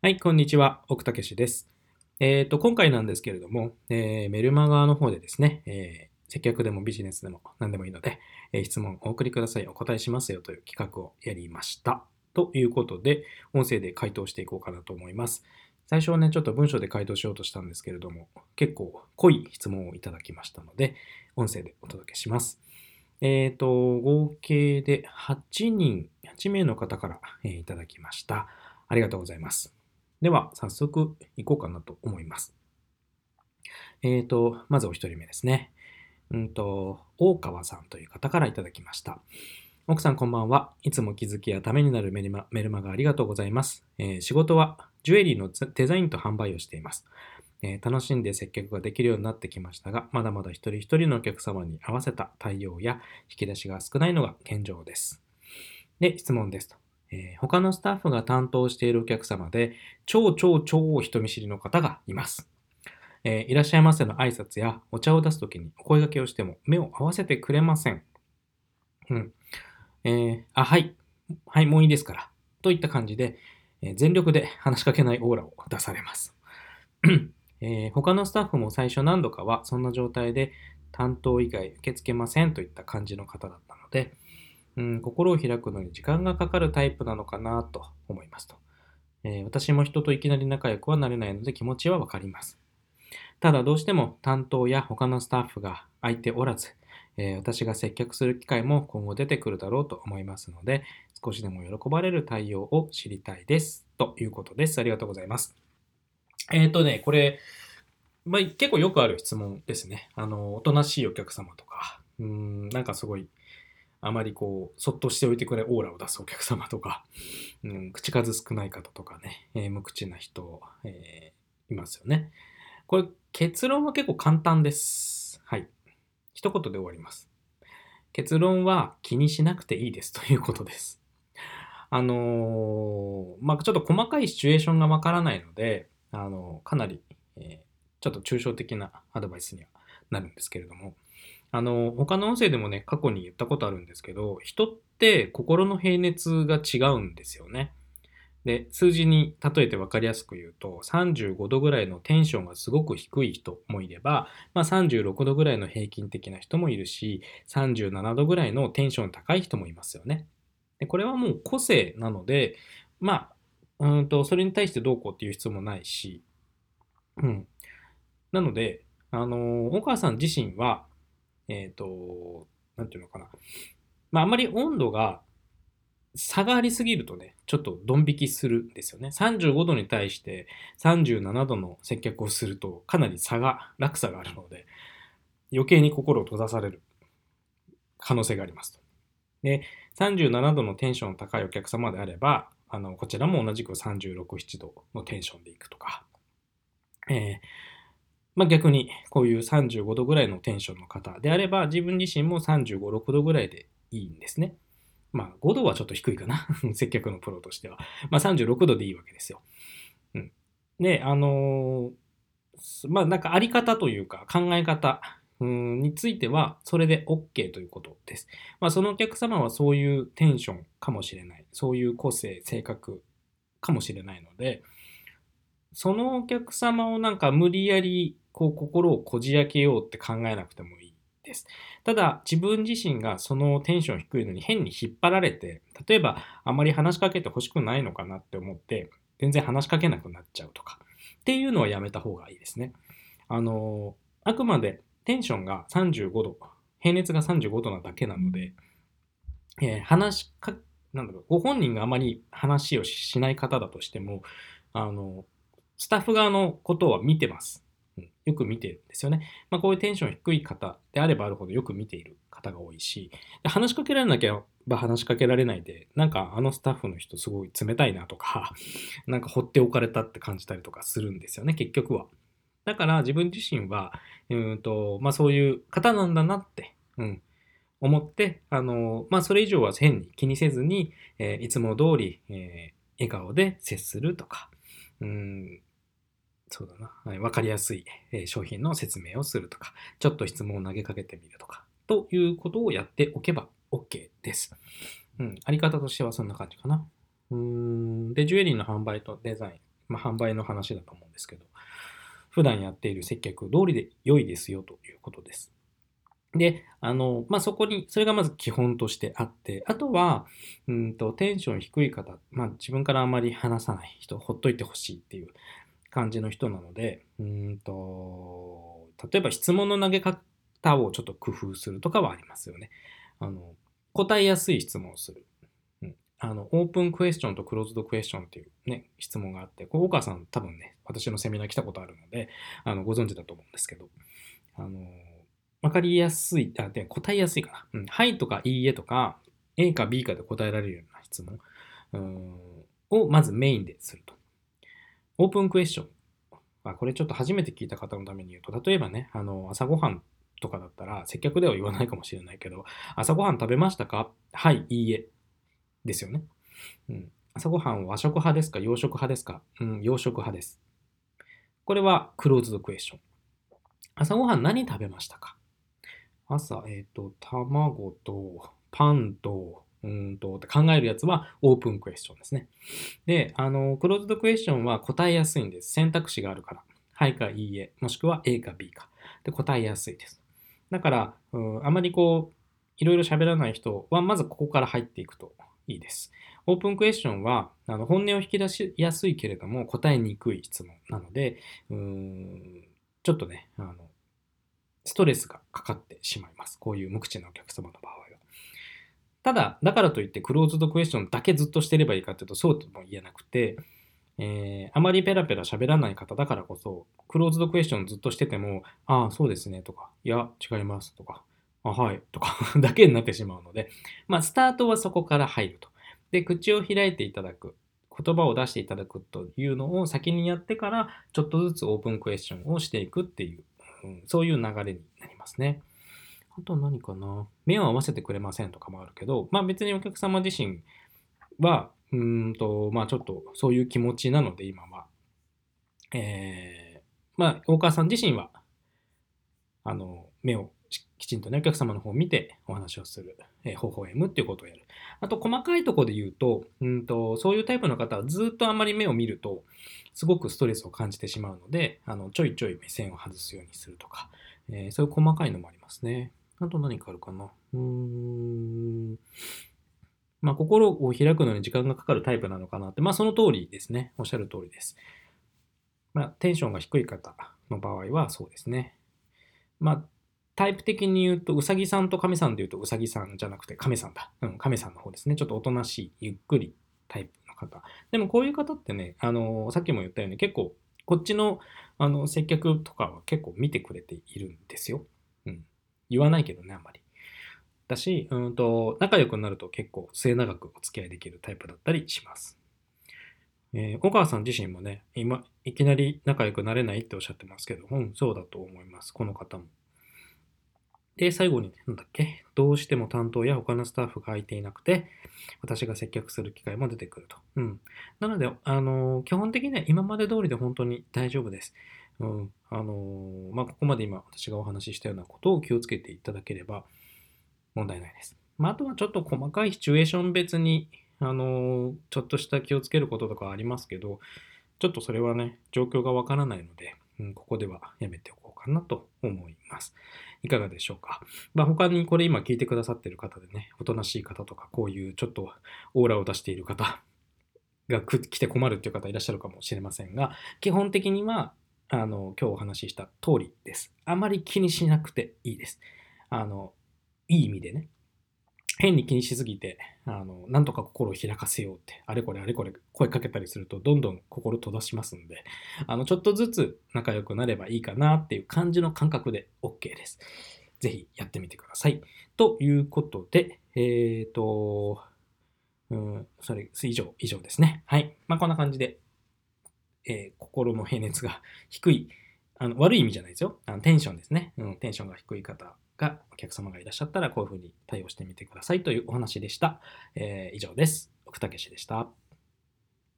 はい、こんにちは。奥武史です。今回なんですけれども、メルマガの方でですね、接客でもビジネスでも何でもいいので、質問をお送りください。お答えしますよという企画をやりました。ということで、音声で回答していこうかなと思います。最初はね、ちょっと文章で回答しようとしたんですけれども、結構濃い質問をいただきましたので、音声でお届けします。合計で8名の方から、いただきました。ありがとうございます。では、早速行こうかなと思います。まずお一人目ですね。大川さんという方からいただきました。奥さんこんばんは。いつも気づきやためになるメルマガありがとうございます。仕事はジュエリーのデザインと販売をしています。楽しんで接客ができるようになってきましたが、まだまだ一人一人のお客様に合わせた対応や引き出しが少ないのが現状です。で、質問ですと。他のスタッフが担当しているお客様で、超人見知りの方がいます。いらっしゃいませの挨拶やお茶を出すときにお声掛けをしても目を合わせてくれません。うん。はい。はい、もういいですから。といった感じで、全力で話しかけないオーラを出されます。他のスタッフも最初何度かはそんな状態で担当以外受け付けませんといった感じの方だったので、心を開くのに時間がかかるタイプなのかなと思いますと。私も人といきなり仲良くはなれないので気持ちはわかります。ただどうしても担当や他のスタッフが空いておらず、私が接客する機会も今後出てくるだろうと思いますので、少しでも喜ばれる対応を知りたいです。ということです。ありがとうございます。これ、結構よくある質問ですね。おとなしいお客様とか、なんかすごい、あまりこう、そっとしておいてくれオーラを出すお客様とか、口数少ない方とかね、無口な人、いますよね。これ、結論は結構簡単です。はい。一言で終わります。結論は気にしなくていいですということです。ちょっと細かいシチュエーションがわからないので、かなり、ちょっと抽象的なアドバイスにはなるんですけれども、他の音声でもね、過去に言ったことあるんですけど、人って心の平熱が違うんですよね。で、数字に例えて分かりやすく言うと、35度ぐらいのテンションがすごく低い人もいれば、36度ぐらいの平均的な人もいるし、37度ぐらいのテンション高い人もいますよね。で、これはもう個性なので、それに対してどうこうっていう必要もないし、うん。なので、お母さん自身は、なんていうのかな。あんまり温度が差がありすぎるとね、ちょっとドン引きするんですよね。35度に対して37度の接客をすると、かなり落差があるので、余計に心を閉ざされる可能性がありますと。で、37度のテンションの高いお客様であれば、こちらも同じく36、7度のテンションでいくとか、逆にこういう35度ぐらいのテンションの方であれば、自分自身も35、6度ぐらいでいいんですね。5度はちょっと低いかな。接客のプロとしては。36度でいいわけですよ。うん。で、なんかあり方というか考え方については、それで OK ということです。そのお客様はそういうテンションかもしれない。そういう個性、性格かもしれないので、そのお客様をなんか無理やりこう心をこじ開けようって考えなくてもいいです。ただ自分自身がそのテンション低いのに変に引っ張られて、例えばあまり話しかけて欲しくないのかなって思って全然話しかけなくなっちゃうとかっていうのはやめた方がいいですね。あくまでテンションが35度、平熱が35度なだけなので、話しか、なんだろう、ご本人があまり話をしない方だとしても、あの、スタッフ側のことは見てます。よく見てるんですよね。こういうテンション低い方であればあるほどよく見ている方が多いし、話しかけられなければ話しかけられないで、なんかあのスタッフの人すごい冷たいなとか、なんか放っておかれたって感じたりとかするんですよね、結局は。だから自分自身は、そういう方なんだなって、思って、それ以上は変に気にせずに、いつも通り、笑顔で接するとか、うん、そうだな、はい、わかりやすい、商品の説明をするとか、ちょっと質問を投げかけてみるとか、ということをやっておけば OK です。あり方としてはそんな感じかな。で、ジュエリーの販売とデザイン。 販売の話だと思うんですけど、普段やっている接客通りで良いですよということです。で、それがまず基本としてあって、あとは、テンション低い方、自分からあまり話さない人、ほっといてほしいっていう感じの人なので、例えば質問の投げ方をちょっと工夫するとかはありますよね。答えやすい質問をする。オープンクエスチョンとクローズドクエスチョンっていうね、質問があって、大川さん多分ね、私のセミナー来たことあるので、ご存知だと思うんですけど、わかりやすい、で、答えやすいかな。はいとかいいえとか、A か B かで答えられるような質問をまずメインですると。オープンクエスチョン。これちょっと初めて聞いた方のために言うと、例えばね、朝ごはんとかだったら、接客では言わないかもしれないけど、朝ごはん食べましたか？はい、いいえ。ですよね。朝ごはんは和食派ですか？洋食派ですか？洋食派です。これはクローズドクエスチョン。朝ごはん何食べましたか？朝、卵とパンと、って考えるやつはオープンクエスチョンですね。で、クローズドクエスチョンは答えやすいんです。選択肢があるから。はいかいいえ、もしくは A か B か。で、答えやすいです。だから、あまりいろいろ喋らない人は、まずここから入っていくといいです。オープンクエスチョンは、本音を引き出しやすいけれども、答えにくい質問なので、ちょっとね、ストレスがかかってしまいます。こういう無口なお客様の場合は。ただ、だからといってクローズドクエスチョンだけずっとしてればいいかというと、そうとも言えなくて、あまりペラペラ喋らない方だからこそ、クローズドクエスチョンずっとしてても、ああ、そうですねとか、いや、違いますとか、あ、はいとかだけになってしまうので、スタートはそこから入ると。で、口を開いていただく。言葉を出していただくというのを先にやってから、ちょっとずつオープンクエスチョンをしていくっていう、そういう流れになりますね。あと何かな。目を合わせてくれませんとかもあるけど、別にお客様自身は、ちょっとそういう気持ちなので、今は。大川さん自身は、目をきちんとね、お客様の方を見てお話をする、微笑むっていうことをやる。あと、細かいところで言うと、そういうタイプの方はずっとあんまり目を見ると、すごくストレスを感じてしまうので、ちょいちょい目線を外すようにするとか、そういう細かいのもありますね。あと何かあるかな。心を開くのに時間がかかるタイプなのかなって、その通りですね。おっしゃる通りです。テンションが低い方の場合はそうですね。タイプ的に言うと、うさぎさんと亀さんで言うと、うさぎさんじゃなくて亀さんだ。亀さんの方ですね。ちょっとおとなしい、ゆっくりタイプの方。でもこういう方ってね、さっきも言ったように結構、こっちの、接客とかは結構見てくれているんですよ。言わないけどね、あんまり。だし、仲良くなると結構末永くお付き合いできるタイプだったりします。小川さん自身もね、今、いきなり仲良くなれないっておっしゃってますけど、そうだと思います。この方も。で、最後に、なんだっけ、どうしても担当や他のスタッフが空いていなくて、私が接客する機会も出てくると。なので、基本的には今まで通りで本当に大丈夫です。ここまで今私がお話ししたようなことを気をつけていただければ問題ないです。あとはちょっと細かいシチュエーション別に、ちょっとした気をつけることとかありますけど、ちょっとそれはね、状況がわからないので、ここではやめておこうかなと思います。いかがでしょうか。他にこれ今聞いてくださっている方でね、おとなしい方とか、こういうちょっとオーラを出している方が来て困るっていう方いらっしゃるかもしれませんが、基本的には、今日お話しした通りです。あまり気にしなくていいです。いい意味でね。変に気にしすぎて、なんとか心を開かせようって、あれこれあれこれ声かけたりすると、どんどん心閉ざしますんで、ちょっとずつ仲良くなればいいかなっていう感じの感覚で OK です。ぜひやってみてください。ということで、以上ですね。はい。こんな感じで、心の平熱が低い、悪い意味じゃないですよ。テンションですね。テンションが低い方が、お客様がいらっしゃったら、こういうふうに対応してみてくださいというお話でした。以上です。奥武でした。